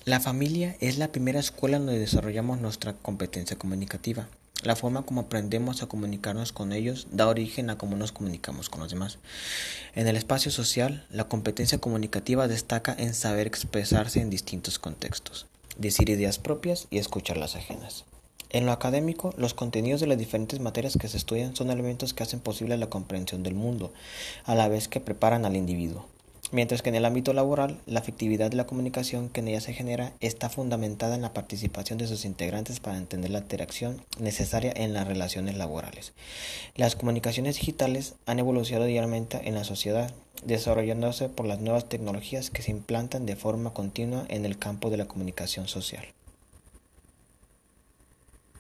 La familia es la primera escuela donde desarrollamos nuestra competencia comunicativa. La forma como aprendemos a comunicarnos con ellos da origen a cómo nos comunicamos con los demás. En el espacio social, la competencia comunicativa destaca en saber expresarse en distintos contextos, decir ideas propias y escuchar las ajenas. En lo académico, los contenidos de las diferentes materias que se estudian son elementos que hacen posible la comprensión del mundo, a la vez que preparan al individuo. Mientras que en el ámbito laboral, la efectividad de la comunicación que en ella se genera está fundamentada en la participación de sus integrantes para entender la interacción necesaria en las relaciones laborales. Las comunicaciones digitales han evolucionado diariamente en la sociedad, desarrollándose por las nuevas tecnologías que se implantan de forma continua en el campo de la comunicación social.